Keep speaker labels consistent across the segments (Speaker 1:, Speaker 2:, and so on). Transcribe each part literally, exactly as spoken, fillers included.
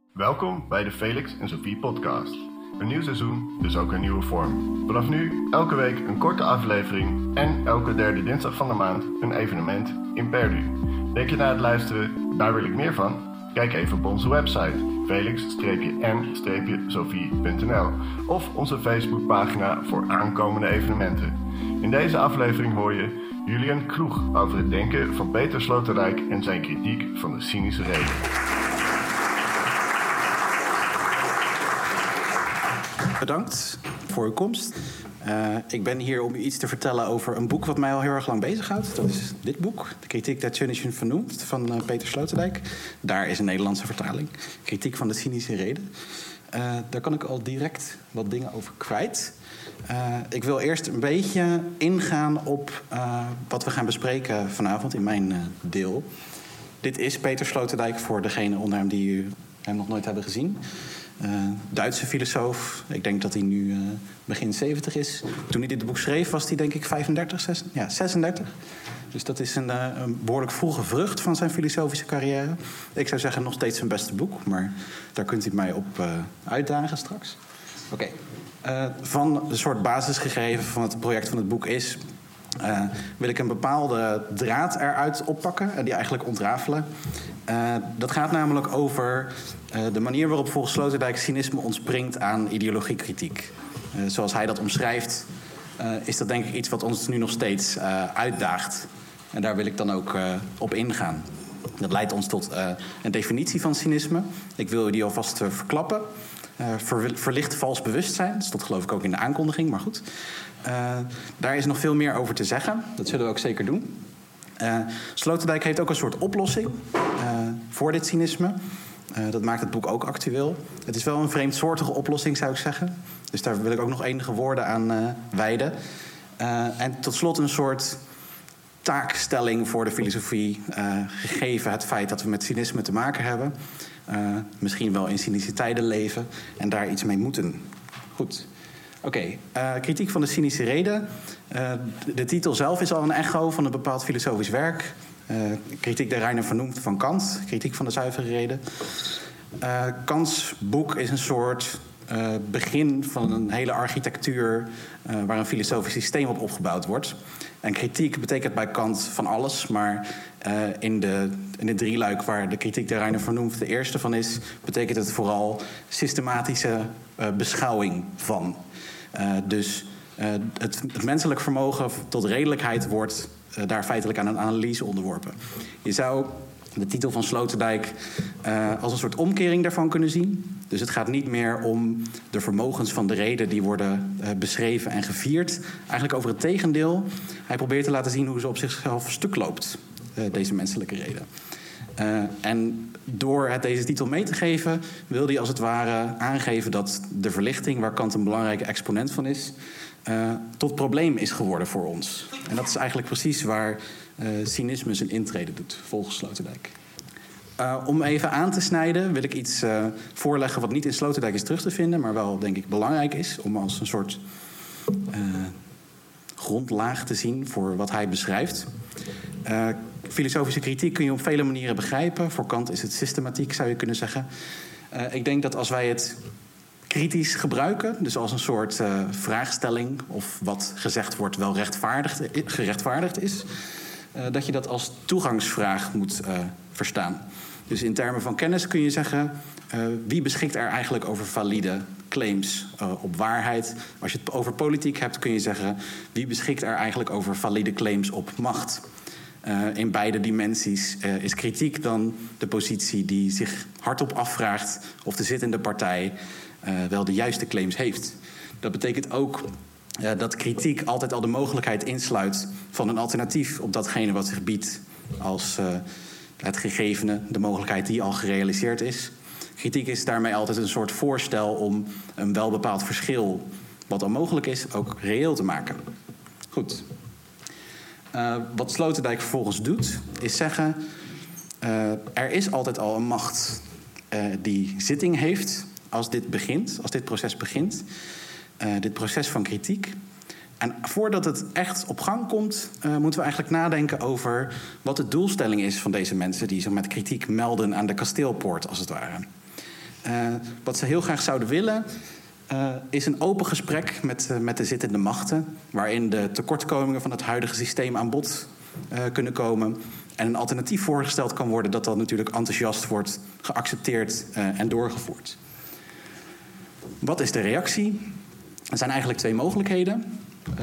Speaker 1: Welkom bij de Felix en Sophie podcast. Een nieuw seizoen, dus ook een nieuwe vorm. Vanaf nu elke week een korte aflevering en elke derde dinsdag van de maand een evenement in Perdu. Denk je na het luisteren, daar wil ik meer van? Kijk even op onze website felix en sophie punt n l of onze Facebookpagina voor aankomende evenementen. In deze aflevering hoor je Julian Kroeg over het denken van Peter Sloterdijk en zijn kritiek van de cynische reden.
Speaker 2: Bedankt voor uw komst. Uh, ik ben hier om u iets te vertellen over een boek wat mij al heel erg lang bezighoudt. Dat is dit boek, De Kritiek der Zynischen Vernunft van uh, Peter Sloterdijk. Daar is een Nederlandse vertaling. Kritiek van de cynische reden. Uh, daar kan ik al direct wat dingen over kwijt. Uh, ik wil eerst een beetje ingaan op uh, wat we gaan bespreken vanavond in mijn uh, deel. Dit is Peter Sloterdijk voor degenen onder hem die u hem nog nooit hebben gezien. Uh, Duitse filosoof. Ik denk dat hij nu uh, begin zeventig is. Toen hij dit boek schreef was hij denk ik vijfendertig, zes, ja, zesendertig. Dus dat is een, uh, een behoorlijk vroege vrucht van zijn filosofische carrière. Ik zou zeggen nog steeds zijn beste boek. Maar daar kunt u mij op uh, uitdagen straks. Oké. Okay. Uh, van de soort basisgegeven van het project van het boek is... Uh, wil ik een bepaalde draad eruit oppakken en die eigenlijk ontrafelen. Uh, dat gaat namelijk over uh, de manier waarop volgens Sloterdijk cynisme ontspringt aan ideologiekritiek. Uh, zoals hij dat omschrijft, uh, is dat denk ik iets wat ons nu nog steeds uh, uitdaagt. En daar wil ik dan ook uh, op ingaan. Dat leidt ons tot uh, een definitie van cynisme. Ik wil die alvast uh, verklappen. Uh, ver, verlicht vals bewustzijn, dat stond geloof ik ook in de aankondiging, maar goed. Uh, daar is nog veel meer over te zeggen. Dat zullen we ook zeker doen. Uh, Sloterdijk heeft ook een soort oplossing uh, voor dit cynisme. Uh, dat maakt het boek ook actueel. Het is wel een vreemdsoortige oplossing, zou ik zeggen. Dus daar wil ik ook nog enige woorden aan uh, wijden. Uh, en tot slot een soort taakstelling voor de filosofie, uh, gegeven het feit dat we met cynisme te maken hebben. Uh, misschien wel in cynische tijden leven en daar iets mee moeten. Goed. Oké, okay, uh, kritiek van de cynische reden. Uh, de, de titel zelf is al een echo van een bepaald filosofisch werk. Uh, kritiek der reine Vernunft van Kant. Kritiek van de zuivere reden. Uh, Kants boek is een soort uh, begin van een hele architectuur... Uh, waar een filosofisch systeem op opgebouwd wordt. En kritiek betekent bij Kant van alles, maar uh, in, de, in de drieluik waar de kritiek der reine Vernunft de eerste van is, betekent het vooral systematische uh, beschouwing van. Uh, dus uh, het, het menselijk vermogen tot redelijkheid wordt uh, daar feitelijk aan een analyse onderworpen. Je zou de titel van Sloterdijk uh, als een soort omkering daarvan kunnen zien. Dus het gaat niet meer om de vermogens van de reden die worden uh, beschreven en gevierd. Eigenlijk over het tegendeel. Hij probeert te laten zien hoe ze op zichzelf stuk loopt, uh, deze menselijke reden. Uh, en door het deze titel mee te geven, wil hij als het ware aangeven dat de verlichting, waar Kant een belangrijke exponent van is, uh, tot probleem is geworden voor ons. En dat is eigenlijk precies waar uh, cynisme zijn intrede doet, volgens Sloterdijk. Uh, om even aan te snijden wil ik iets uh, voorleggen wat niet in Sloterdijk is terug te vinden, maar wel, denk ik, belangrijk is om als een soort uh, grondlaag te zien voor wat hij beschrijft. Uh, filosofische kritiek kun je op vele manieren begrijpen. Voor Kant is het systematiek, zou je kunnen zeggen. Uh, ik denk dat als wij het kritisch gebruiken, dus als een soort uh, vraagstelling of wat gezegd wordt wel rechtvaardigd, gerechtvaardigd is, uh, dat je dat als toegangsvraag moet uh, verstaan. Dus in termen van kennis kun je zeggen, uh, wie beschikt er eigenlijk over valide claims uh, op waarheid? Als je het over politiek hebt, kun je zeggen, wie beschikt er eigenlijk over valide claims op macht? Uh, in beide dimensies uh, is kritiek dan de positie die zich hardop afvraagt of de zittende partij uh, wel de juiste claims heeft. Dat betekent ook uh, dat kritiek altijd al de mogelijkheid insluit van een alternatief op datgene wat zich biedt als uh, het gegevene, de mogelijkheid die al gerealiseerd is. Kritiek is daarmee altijd een soort voorstel om een welbepaald verschil wat al mogelijk is ook reëel te maken. Goed. Uh, wat Sloterdijk vervolgens doet, is zeggen, uh, er is altijd al een macht uh, die zitting heeft als dit begint, als dit proces begint. Uh, dit proces van kritiek. En voordat het echt op gang komt, uh, moeten we eigenlijk nadenken over wat de doelstelling is van deze mensen die zich met kritiek melden aan de kasteelpoort, als het ware. Uh, wat ze heel graag zouden willen uh, is een open gesprek met, uh, met de zittende machten, waarin de tekortkomingen van het huidige systeem aan bod uh, kunnen komen en een alternatief voorgesteld kan worden dat dan natuurlijk enthousiast wordt geaccepteerd uh, en doorgevoerd. Wat is de reactie? Er zijn eigenlijk twee mogelijkheden. Uh,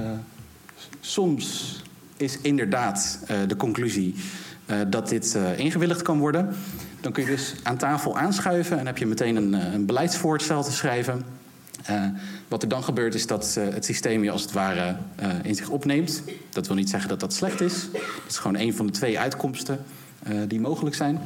Speaker 2: soms is inderdaad uh, de conclusie uh, dat dit uh, ingewilligd kan worden. Dan kun je dus aan tafel aanschuiven en heb je meteen een, een beleidsvoorstel te schrijven. Uh, wat er dan gebeurt is dat uh, het systeem je als het ware uh, in zich opneemt. Dat wil niet zeggen dat dat slecht is. Dat is gewoon een van de twee uitkomsten uh, die mogelijk zijn.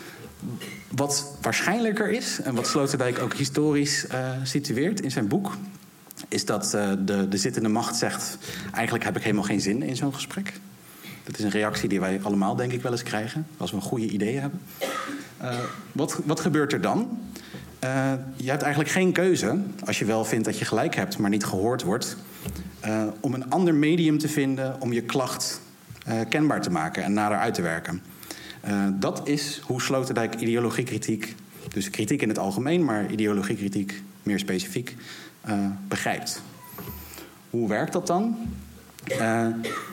Speaker 2: Wat waarschijnlijker is en wat Sloterdijk ook historisch uh, situeert in zijn boek, is dat uh, de, de zittende macht zegt, eigenlijk heb ik helemaal geen zin in zo'n gesprek. Dat is een reactie die wij allemaal denk ik wel eens krijgen als we een goede idee hebben. Uh, wat, wat gebeurt er dan? Uh, je hebt eigenlijk geen keuze, als je wel vindt dat je gelijk hebt, maar niet gehoord wordt, uh, om een ander medium te vinden om je klacht uh, kenbaar te maken en nader uit te werken. Uh, dat is hoe Sloterdijk ideologiekritiek, dus kritiek in het algemeen, maar ideologiekritiek meer specifiek, uh, begrijpt. Hoe werkt dat dan? Uh,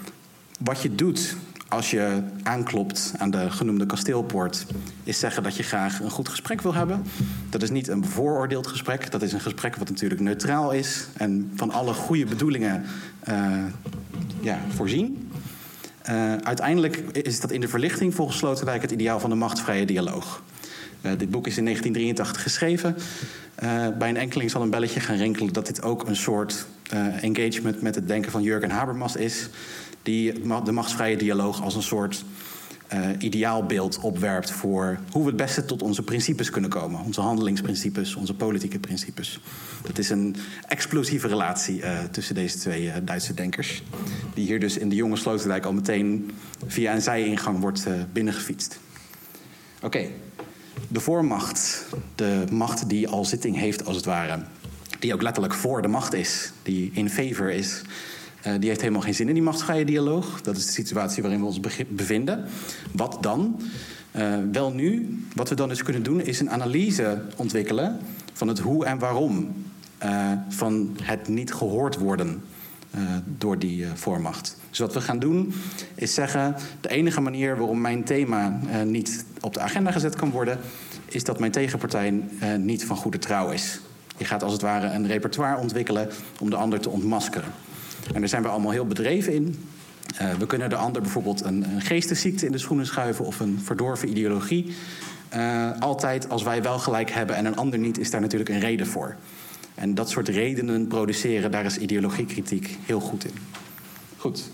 Speaker 2: wat je doet als je aanklopt aan de genoemde kasteelpoort, is zeggen dat je graag een goed gesprek wil hebben. Dat is niet een bevooroordeeld gesprek. Dat is een gesprek wat natuurlijk neutraal is en van alle goede bedoelingen uh, ja, voorzien. Uh, uiteindelijk is dat in de verlichting volgens Sloterdijk het ideaal van de machtsvrije dialoog. Uh, dit boek is in negentien drieëntachtig geschreven. Uh, bij een enkeling zal een belletje gaan rinkelen dat dit ook een soort uh, engagement met het denken van Jurgen Habermas is, die de machtsvrije dialoog als een soort uh, ideaalbeeld opwerpt voor hoe we het beste tot onze principes kunnen komen. Onze handelingsprincipes, onze politieke principes. Dat is een explosieve relatie uh, tussen deze twee uh, Duitse denkers, die hier dus in de jonge Sloterdijk al meteen via een zijingang wordt uh, binnengefietst. Oké, okay. De voormacht, de macht die al zitting heeft als het ware, die ook letterlijk voor de macht is, die in favor is, Uh, die heeft helemaal geen zin in die machtsvrije dialoog. Dat is de situatie waarin we ons bevinden. Wat dan? Uh, wel nu, wat we dan dus kunnen doen, is een analyse ontwikkelen van het hoe en waarom uh, van het niet gehoord worden uh, door die uh, voormacht. Dus wat we gaan doen, is zeggen, de enige manier waarom mijn thema uh, niet op de agenda gezet kan worden, is dat mijn tegenpartij uh, niet van goede trouw is. Je gaat als het ware een repertoire ontwikkelen om de ander te ontmaskeren. En daar zijn we allemaal heel bedreven in. Uh, we kunnen de ander bijvoorbeeld een, een geestesziekte in de schoenen schuiven of een verdorven ideologie. Uh, altijd als wij wel gelijk hebben en een ander niet, is daar natuurlijk een reden voor. En dat soort redenen produceren, daar is ideologiekritiek heel goed in. Goed.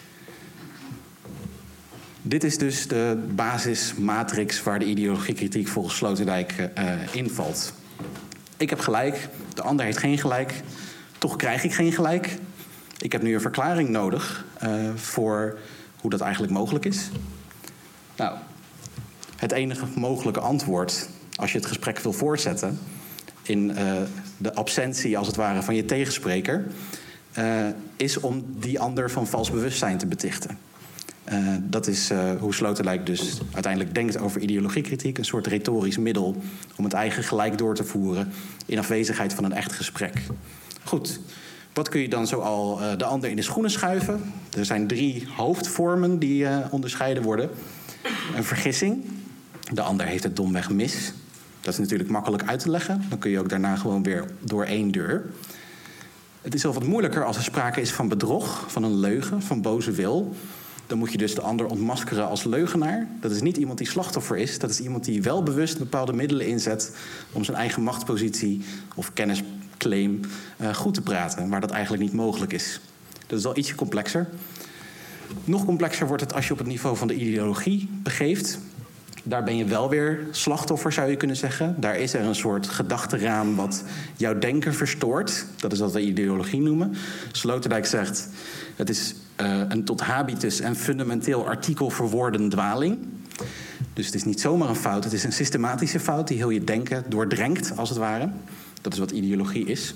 Speaker 2: Dit is dus de basismatrix waar de ideologiekritiek volgens Sloterdijk uh, invalt. Ik heb gelijk, de ander heeft geen gelijk. Toch krijg ik geen gelijk. Ik heb nu een verklaring nodig uh, voor hoe dat eigenlijk mogelijk is. Nou, het enige mogelijke antwoord, als je het gesprek wil voortzetten, in uh, de absentie als het ware van je tegenspreker, uh, is om die ander van vals bewustzijn te betichten. Uh, dat is uh, hoe Sloterdijk dus uiteindelijk denkt over ideologiekritiek, een soort retorisch middel om het eigen gelijk door te voeren in afwezigheid van een echt gesprek. Goed. Wat kun je dan zoal uh, de ander in de schoenen schuiven? Er zijn drie hoofdvormen die uh, onderscheiden worden. Een vergissing. De ander heeft het domweg mis. Dat is natuurlijk makkelijk uit te leggen. Dan kun je ook daarna gewoon weer door één deur. Het is wel wat moeilijker als er sprake is van bedrog, van een leugen, van boze wil. Dan moet je dus de ander ontmaskeren als leugenaar. Dat is niet iemand die slachtoffer is. Dat is iemand die wel bewust bepaalde middelen inzet om zijn eigen machtspositie of kennisclaim uh, goed te praten, waar dat eigenlijk niet mogelijk is. Dat is wel ietsje complexer. Nog complexer wordt het als je op het niveau van de ideologie begeeft. Daar ben je wel weer slachtoffer, zou je kunnen zeggen. Daar is er een soort gedachtenraam wat jouw denken verstoort. Dat is wat we ideologie noemen. Sloterdijk zegt, het is uh, een tot habitus en fundamenteel artikel verwoorden dwaling. Dus het is niet zomaar een fout, het is een systematische fout die heel je denken doordrenkt, als het ware. Dat is wat ideologie is.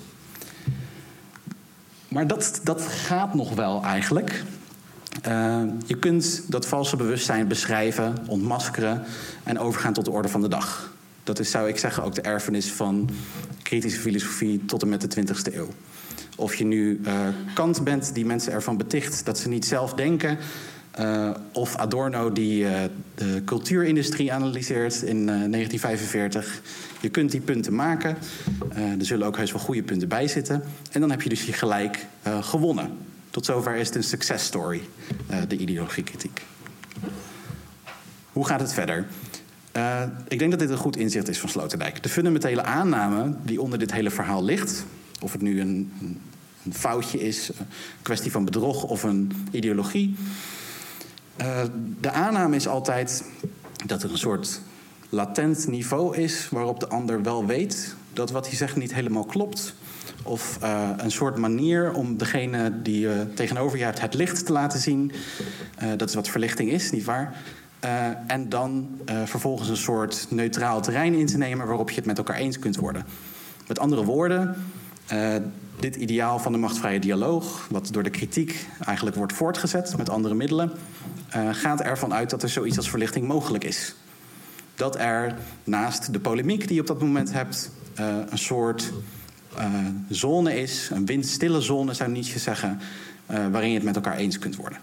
Speaker 2: Maar dat, dat gaat nog wel eigenlijk. Uh, je kunt dat valse bewustzijn beschrijven, ontmaskeren en overgaan tot de orde van de dag. Dat is, zou ik zeggen, ook de erfenis van kritische filosofie tot en met de twintigste eeuw. Of je nu uh, Kant bent die mensen ervan beticht dat ze niet zelf denken, Uh, of Adorno die uh, de cultuurindustrie analyseert in uh, negentien vijfenveertig. Je kunt die punten maken. Uh, er zullen ook heus wel goede punten bij zitten. En dan heb je dus je gelijk uh, gewonnen. Tot zover is het een success story, uh, de ideologiekritiek. Hoe gaat het verder? Uh, ik denk dat dit een goed inzicht is van Sloterdijk. De fundamentele aanname die onder dit hele verhaal ligt, of het nu een, een foutje is, een kwestie van bedrog of een ideologie. Uh, de aanname is altijd dat er een soort latent niveau is waarop de ander wel weet dat wat hij zegt niet helemaal klopt. Of uh, een soort manier om degene die uh, tegenover je hebt het licht te laten zien. Uh, dat is wat verlichting is, nietwaar? Uh, en dan uh, vervolgens een soort neutraal terrein in te nemen waarop je het met elkaar eens kunt worden. Met andere woorden, uh, dit ideaal van de machtvrije dialoog, wat door de kritiek eigenlijk wordt voortgezet met andere middelen, uh, gaat ervan uit dat er zoiets als verlichting mogelijk is. Dat er naast de polemiek die je op dat moment hebt, uh, een soort uh, zone is, een windstille zone zou Nietzsche zeggen, uh, waarin je het met elkaar eens kunt worden.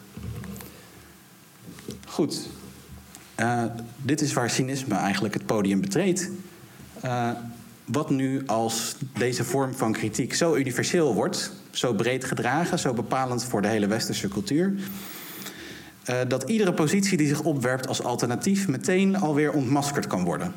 Speaker 2: Goed. Uh, dit is waar cynisme eigenlijk het podium betreedt. Uh, wat nu als deze vorm van kritiek zo universeel wordt, zo breed gedragen, zo bepalend voor de hele westerse cultuur, uh, dat iedere positie die zich opwerpt als alternatief meteen alweer ontmaskerd kan worden.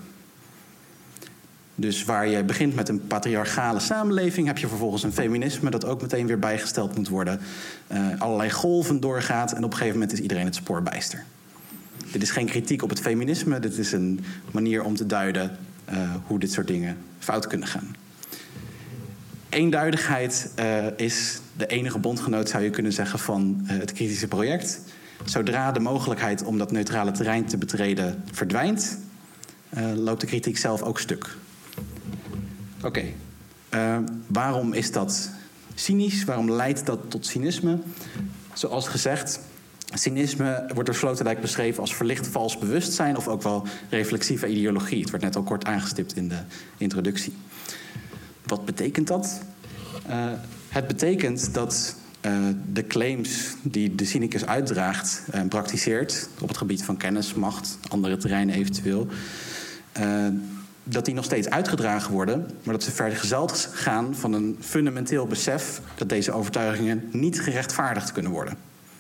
Speaker 2: Dus waar je begint met een patriarchale samenleving, heb je vervolgens een feminisme dat ook meteen weer bijgesteld moet worden. Uh, allerlei golven doorgaat en op een gegeven moment is iedereen het spoor bijster. Dit is geen kritiek op het feminisme, dit is een manier om te duiden uh, hoe dit soort dingen fout kunnen gaan. Eenduidigheid uh, is de enige bondgenoot, zou je kunnen zeggen, van uh, het kritische project. Zodra de mogelijkheid om dat neutrale terrein te betreden verdwijnt, uh, loopt de kritiek zelf ook stuk. Oké, okay. uh, waarom is dat cynisch? Waarom leidt dat tot cynisme? Zoals gezegd, cynisme wordt door Sloterdijk beschreven als verlicht vals bewustzijn of ook wel reflexieve ideologie. Het werd net al kort aangestipt in de introductie. Wat betekent dat? Uh, het betekent dat uh, de claims die de cynicus uitdraagt en praktiseert op het gebied van kennis, macht, andere terreinen eventueel, Uh, dat die nog steeds uitgedragen worden, maar dat ze vergezeld gaan van een fundamenteel besef dat deze overtuigingen niet gerechtvaardigd kunnen worden.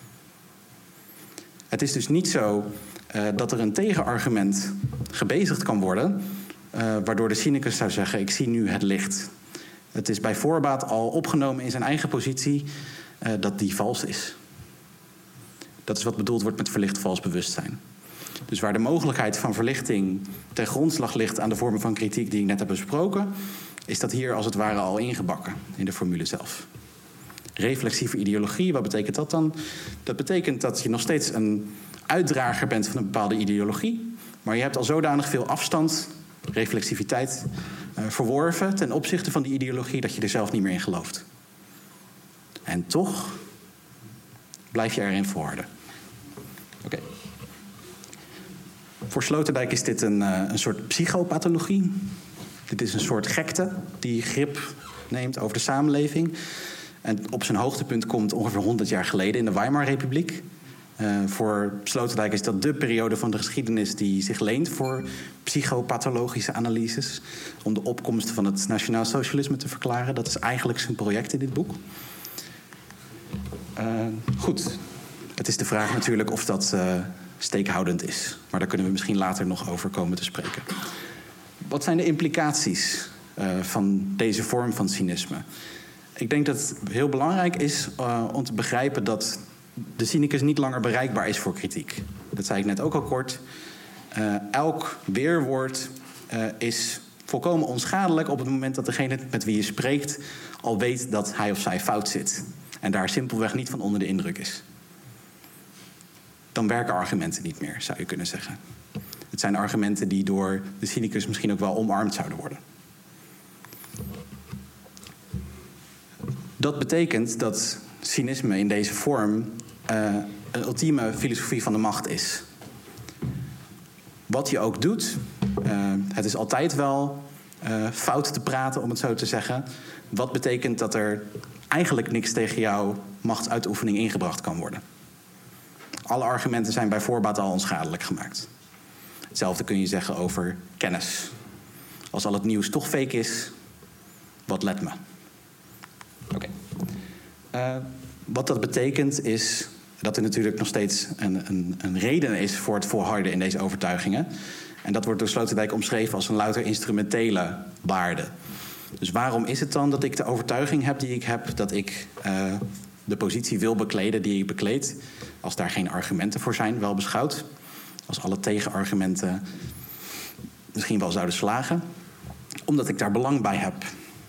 Speaker 2: Het is dus niet zo uh, dat er een tegenargument gebezigd kan worden, uh, waardoor de cynicus zou zeggen, ik zie nu het licht. Het is bij voorbaat al opgenomen in zijn eigen positie uh, dat die vals is. Dat is wat bedoeld wordt met verlicht vals bewustzijn. Dus waar de mogelijkheid van verlichting ten grondslag ligt aan de vormen van kritiek die ik net heb besproken, is dat hier als het ware al ingebakken in de formule zelf. Reflexieve ideologie, wat betekent dat dan? Dat betekent dat je nog steeds een uitdrager bent van een bepaalde ideologie, maar je hebt al zodanig veel afstand, reflexiviteit, uh, verworven ten opzichte van die ideologie dat je er zelf niet meer in gelooft. En toch blijf je erin volharden. Oké. Okay. Voor Sloterdijk is dit een, uh, een soort psychopathologie. Dit is een soort gekte die grip neemt over de samenleving. En op zijn hoogtepunt komt ongeveer honderd jaar geleden in de Weimarrepubliek. Uh, voor Sloterdijk is dat de periode van de geschiedenis die zich leent voor psychopathologische analyses. Om de opkomst van het nationaal socialisme te verklaren. Dat is eigenlijk zijn project in dit boek. Uh, goed. Het is de vraag natuurlijk of dat Uh, steekhoudend is. Maar daar kunnen we misschien later nog over komen te spreken. Wat zijn de implicaties uh, van deze vorm van cynisme? Ik denk dat het heel belangrijk is uh, om te begrijpen dat de cynicus niet langer bereikbaar is voor kritiek. Dat zei ik net ook al kort. Uh, elk weerwoord uh, is volkomen onschadelijk op het moment dat degene met wie je spreekt al weet dat hij of zij fout zit. En daar simpelweg niet van onder de indruk is. Dan werken argumenten niet meer, zou je kunnen zeggen. Het zijn argumenten die door de cynicus misschien ook wel omarmd zouden worden. Dat betekent dat cynisme in deze vorm uh, een ultieme filosofie van de macht is. Wat je ook doet, uh, Uh, het is altijd wel uh, fout te praten, om het zo te zeggen. Wat betekent dat er eigenlijk niks tegen jouw machtsuitoefening ingebracht kan worden. Alle argumenten zijn bij voorbaat al onschadelijk gemaakt. Hetzelfde kun je zeggen over kennis. Als al het nieuws toch fake is, wat let me? Oké. Okay. Uh, wat dat betekent is dat er natuurlijk nog steeds een, een, een reden is voor het volharden in deze overtuigingen. En dat wordt door Sloterdijk omschreven als een louter instrumentele waarde. Dus waarom is het dan dat ik de overtuiging heb die ik heb, dat ik uh, de positie wil bekleden die ik bekleed, als daar geen argumenten voor zijn, wel beschouwd, als alle tegenargumenten misschien wel zouden slagen, omdat ik daar belang bij heb.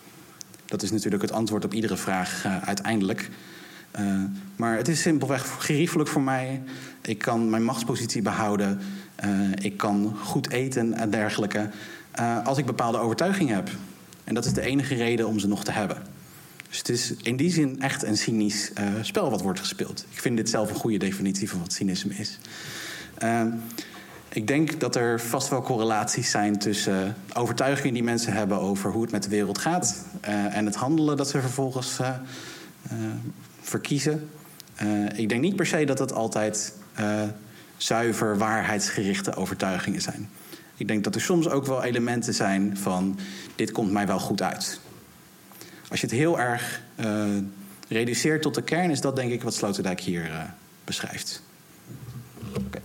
Speaker 2: Dat is natuurlijk het antwoord op iedere vraag uh, uiteindelijk. Uh, maar het is simpelweg geriefelijk voor mij. Ik kan mijn machtspositie behouden. Uh, ik kan goed eten en dergelijke. Uh, als ik bepaalde overtuiging heb. En dat is de enige reden om ze nog te hebben. Dus het is in die zin echt een cynisch uh, spel wat wordt gespeeld. Ik vind dit zelf een goede definitie van wat cynisme is. Uh, ik denk dat er vast wel correlaties zijn tussen overtuigingen die mensen hebben over hoe het met de wereld gaat. Uh, en het handelen dat ze vervolgens uh, uh, verkiezen. Uh, ik denk niet per se dat het altijd uh, zuiver waarheidsgerichte overtuigingen zijn. Ik denk dat er soms ook wel elementen zijn van dit komt mij wel goed uit. Als je het heel erg uh, reduceert tot de kern, is dat denk ik wat Sloterdijk hier uh, beschrijft. Okay.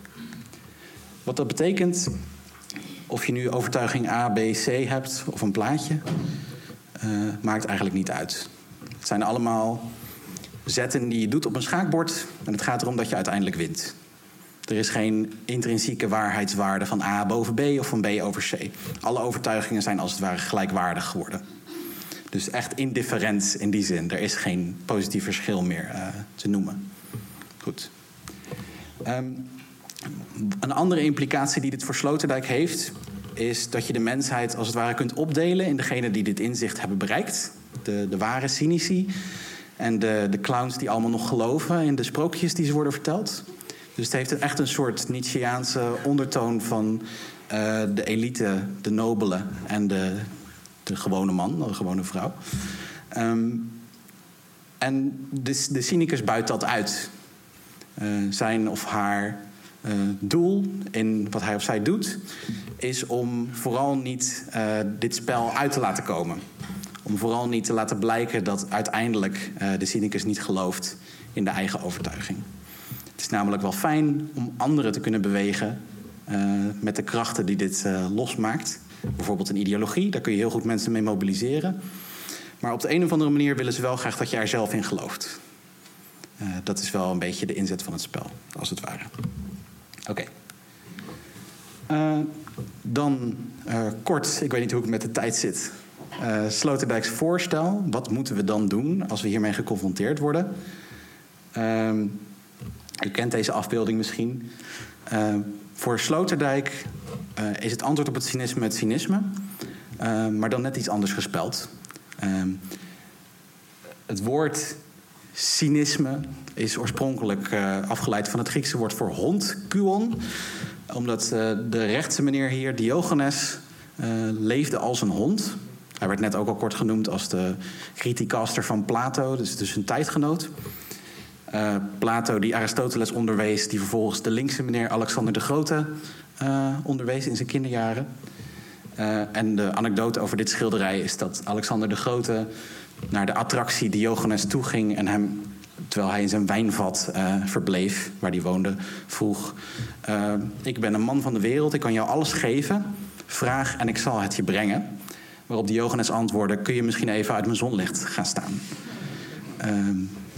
Speaker 2: Wat dat betekent, of je nu overtuiging A, B, C hebt of een plaatje, uh, maakt eigenlijk niet uit. Het zijn allemaal zetten die je doet op een schaakbord en het gaat erom dat je uiteindelijk wint. Er is geen intrinsieke waarheidswaarde van A boven B of van B over C. Alle overtuigingen zijn als het ware gelijkwaardig geworden. Dus echt indifferent in die zin. Er is geen positief verschil meer uh, te noemen. Goed. Um, een andere implicatie die dit voor Sloterdijk heeft, is dat je de mensheid als het ware kunt opdelen in degenen die dit inzicht hebben bereikt. De, de ware cynici. En de, de clowns die allemaal nog geloven in de sprookjes die ze worden verteld. Dus het heeft echt een soort Nietzscheaanse ondertoon van uh, de elite, de nobelen en de, de gewone man, de gewone vrouw. Um, en de, de cynicus buit dat uit. Uh, zijn of haar uh, doel in wat hij of zij doet, is om vooral niet uh, dit spel uit te laten komen. Om vooral niet te laten blijken dat uiteindelijk uh, de cynicus niet gelooft in de eigen overtuiging. Het is namelijk wel fijn om anderen te kunnen bewegen uh, met de krachten die dit uh, losmaakt. Bijvoorbeeld een ideologie, daar kun je heel goed mensen mee mobiliseren. Maar op de een of andere manier willen ze wel graag dat je er zelf in gelooft. Uh, dat is wel een beetje de inzet van het spel, als het ware. Oké. Okay. Uh, dan uh, kort, ik weet niet hoe ik met de tijd zit. Uh, Sloterdijks voorstel. Wat moeten we dan doen als we hiermee geconfronteerd worden? Uh, u kent deze afbeelding misschien. Uh, voor Sloterdijk uh, is het antwoord op het cynisme het cynisme. Uh, maar dan net iets anders gespeld. Uh, het woord cynisme is oorspronkelijk uh, afgeleid van het Griekse woord voor hond, kuon. Omdat uh, de rechtse meneer hier, Diogenes, uh, leefde als een hond. Hij werd net ook al kort genoemd als de criticaster van Plato, dus, dus een tijdgenoot. Uh, Plato die Aristoteles onderwees, die vervolgens de linkse meneer Alexander de Grote uh, onderwees in zijn kinderjaren. Uh, en de anekdote over dit schilderij is dat Alexander de Grote naar de attractie Diogenes toeging en hem, terwijl hij in zijn wijnvat uh, verbleef, waar hij woonde, vroeg: uh, ik ben een man van de wereld, ik kan jou alles geven, vraag en ik zal het je brengen. Waarop Diogenes antwoordde: kun je misschien even uit mijn zonlicht gaan staan? Uh,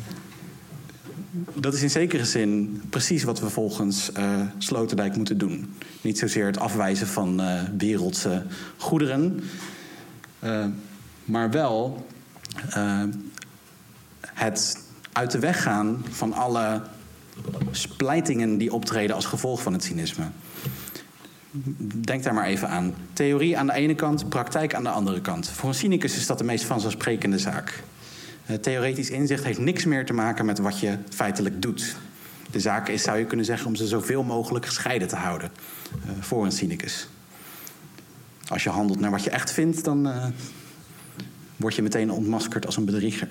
Speaker 2: dat is in zekere zin precies wat we volgens uh, Sloterdijk moeten doen. Niet zozeer het afwijzen van uh, wereldse goederen, uh, maar wel uh, het uit de weg gaan van alle splijtingen die optreden als gevolg van het cynisme. Denk daar maar even aan. Theorie aan de ene kant, praktijk aan de andere kant. Voor een cynicus is dat de meest vanzelfsprekende zaak. Theoretisch inzicht heeft niks meer te maken met wat je feitelijk doet. De zaak is, zou je kunnen zeggen, om ze zoveel mogelijk gescheiden te houden uh, voor een cynicus. Als je handelt naar wat je echt vindt, dan uh, word je meteen ontmaskerd als een bedrieger.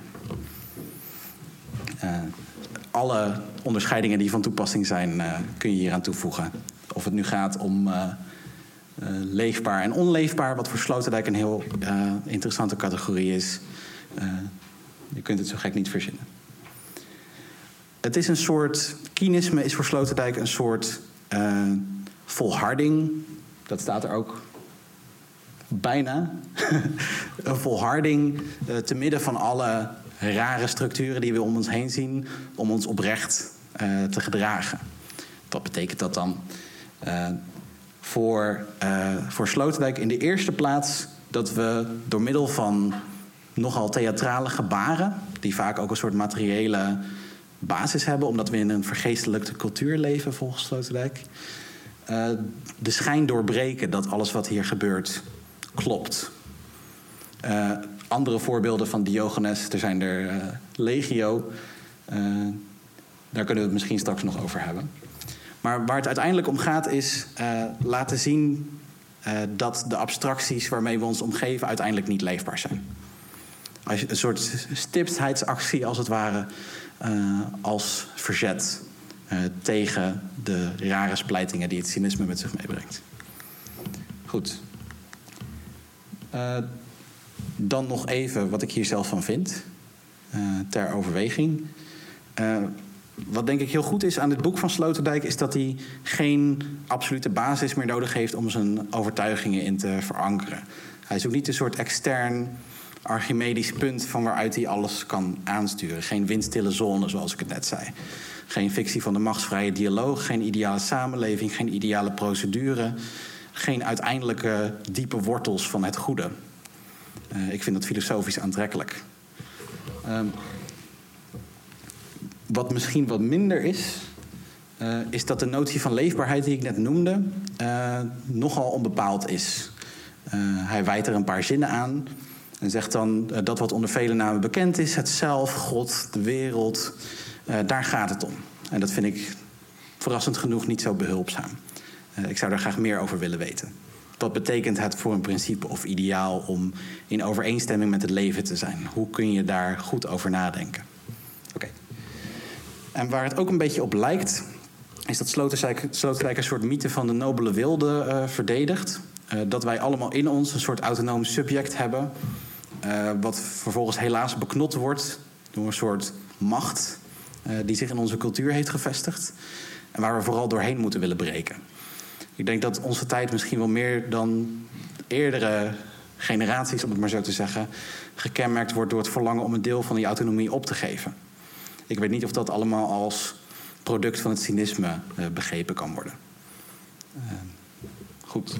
Speaker 2: Uh, alle onderscheidingen die van toepassing zijn, uh, kun je hier aan toevoegen. Of het nu gaat om uh, uh, leefbaar en onleefbaar, wat voor Sloterdijk een heel uh, interessante categorie is. Uh, je kunt het zo gek niet verzinnen. Het is een soort, kynisme is voor Sloterdijk een soort uh, volharding. Dat staat er ook bijna. Een volharding uh, te midden van alle rare structuren die we om ons heen zien, om ons oprecht uh, te gedragen. Wat betekent dat dan? Uh, voor, uh, voor Sloterdijk in de eerste plaats dat we door middel van nogal theatrale gebaren, die vaak ook een soort materiële basis hebben, omdat we in een vergeestelijkte cultuur leven volgens Sloterdijk, uh, de schijn doorbreken dat alles wat hier gebeurt klopt. Uh, andere voorbeelden van Diogenes, er zijn er uh, legio. Uh, daar kunnen we het misschien straks nog over hebben. Maar waar het uiteindelijk om gaat is uh, laten zien uh, dat de abstracties waarmee we ons omgeven uiteindelijk niet leefbaar zijn. Als je, een soort stiptheidsactie als het ware, uh, als verzet uh, tegen de rare splijtingen die het cynisme met zich meebrengt. Goed. Uh, dan nog even wat ik hier zelf van vind, uh, ter overweging. Uh, wat denk ik heel goed is aan dit boek van Sloterdijk is dat hij geen absolute basis meer nodig heeft om zijn overtuigingen in te verankeren. Hij zoekt niet een soort extern Archimedisch punt van waaruit hij alles kan aansturen. Geen windstille zone, zoals ik het net zei. Geen fictie van de machtsvrije dialoog, geen ideale samenleving, geen ideale procedure, geen uiteindelijke diepe wortels van het goede. Uh, ik vind dat filosofisch aantrekkelijk. Uh, wat misschien wat minder is, uh, is dat de notie van leefbaarheid die ik net noemde uh, nogal onbepaald is. Uh, hij wijt er een paar zinnen aan en zegt dan uh, dat wat onder vele namen bekend is, het zelf, God, de wereld, uh, daar gaat het om. En dat vind ik verrassend genoeg niet zo behulpzaam. Uh, ik zou daar graag meer over willen weten. Wat betekent het voor een principe of ideaal om in overeenstemming met het leven te zijn? Hoe kun je daar goed over nadenken? Oké. Okay. En waar het ook een beetje op lijkt, is dat Sloterdijk, Sloterdijk een soort mythe van de nobele wilde uh, verdedigt. Uh, dat wij allemaal in ons een soort autonoom subject hebben, Uh, wat vervolgens helaas beknot wordt door een soort macht uh, die zich in onze cultuur heeft gevestigd. En waar we vooral doorheen moeten willen breken. Ik denk dat onze tijd misschien wel meer dan eerdere generaties, om het maar zo te zeggen, gekenmerkt wordt door het verlangen om een deel van die autonomie op te geven. Ik weet niet of dat allemaal als product van het cynisme uh, begrepen kan worden. Uh, goed.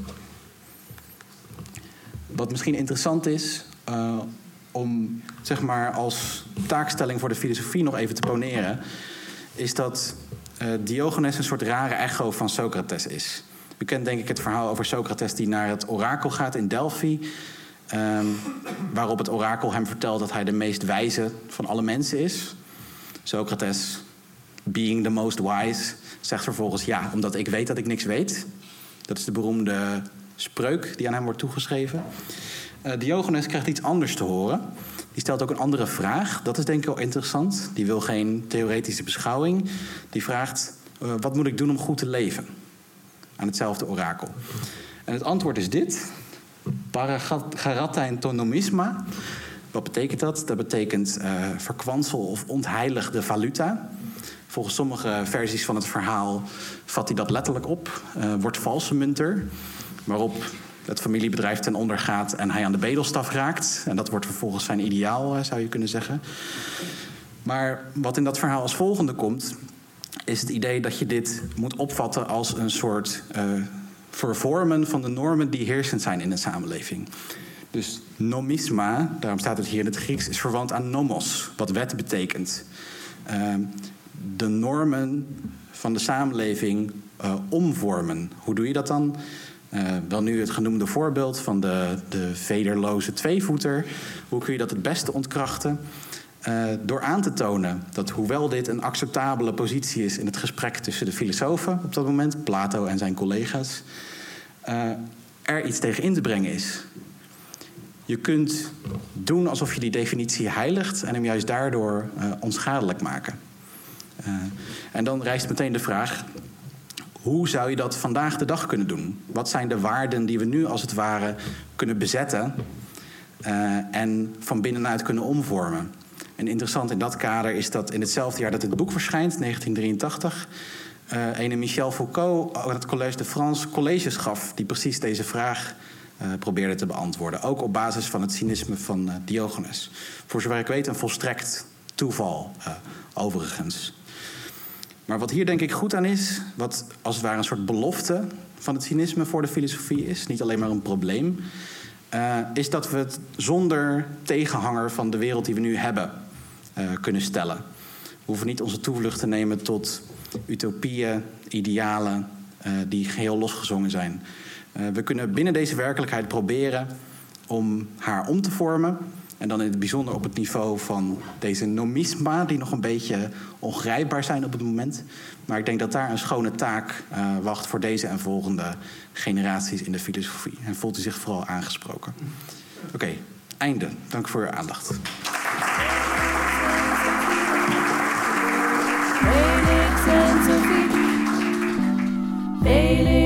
Speaker 2: Wat misschien interessant is, uh, om zeg maar als taakstelling voor de filosofie nog even te poneren, is dat uh, Diogenes een soort rare echo van Socrates is. U kent denk ik het verhaal over Socrates die naar het orakel gaat in Delphi, Um, waarop het orakel hem vertelt dat hij de meest wijze van alle mensen is. Socrates, being the most wise, zegt vervolgens ja, omdat ik weet dat ik niks weet. Dat is de beroemde spreuk die aan hem wordt toegeschreven. Uh, Diogenes krijgt iets anders te horen. Die stelt ook een andere vraag. Dat is denk ik wel interessant. Die wil geen theoretische beschouwing. Die vraagt, uh, wat moet ik doen om goed te leven? Aan hetzelfde orakel. En het antwoord is dit. Paragaratein tonomisma. Wat betekent dat? Dat betekent uh, verkwansel of ontheiligde valuta. Volgens sommige versies van het verhaal vat hij dat letterlijk op. Uh, wordt valse munter. Waarop het familiebedrijf ten onder gaat en hij aan de bedelstaf raakt. En dat wordt vervolgens zijn ideaal, zou je kunnen zeggen. Maar wat in dat verhaal als volgende komt, is het idee dat je dit moet opvatten als een soort uh, vervormen van de normen die heersend zijn in een samenleving. Dus nomisma, daarom staat het hier in het Grieks, is verwant aan nomos, wat wet betekent. Uh, de normen van de samenleving uh, omvormen. Hoe doe je dat dan? Uh, wel nu het genoemde voorbeeld van de, de vederloze tweevoeter. Hoe kun je dat het beste ontkrachten? Uh, door aan te tonen dat hoewel dit een acceptabele positie is in het gesprek tussen de filosofen op dat moment, Plato en zijn collega's, uh, er iets tegen in te brengen is. Je kunt doen alsof je die definitie heiligt en hem juist daardoor uh, onschadelijk maken. Uh, en dan rijst meteen de vraag: hoe zou je dat vandaag de dag kunnen doen? Wat zijn de waarden die we nu als het ware kunnen bezetten uh, en van binnenuit kunnen omvormen? En interessant in dat kader is dat in hetzelfde jaar dat het boek verschijnt, negentien drieëntachtig... Uh, ene Michel Foucault aan het Collège de France colleges gaf die precies deze vraag uh, probeerde te beantwoorden. Ook op basis van het cynisme van uh, Diogenes. Voor zover ik weet een volstrekt toeval, uh, overigens. Maar wat hier denk ik goed aan is, wat als het ware een soort belofte van het cynisme voor de filosofie is, niet alleen maar een probleem, uh, is dat we het zonder tegenhanger van de wereld die we nu hebben uh, kunnen stellen. We hoeven niet onze toevlucht te nemen tot utopieën, idealen uh, die geheel losgezongen zijn. Uh, we kunnen binnen deze werkelijkheid proberen om haar om te vormen. En dan in het bijzonder op het niveau van deze nomisma, die nog een beetje ongrijpbaar zijn op het moment. Maar ik denk dat daar een schone taak uh, wacht voor deze en volgende generaties in de filosofie. En voelt u zich vooral aangesproken. Oké, okay, einde. Dank voor uw aandacht.
Speaker 3: Felix en Sophie. Felix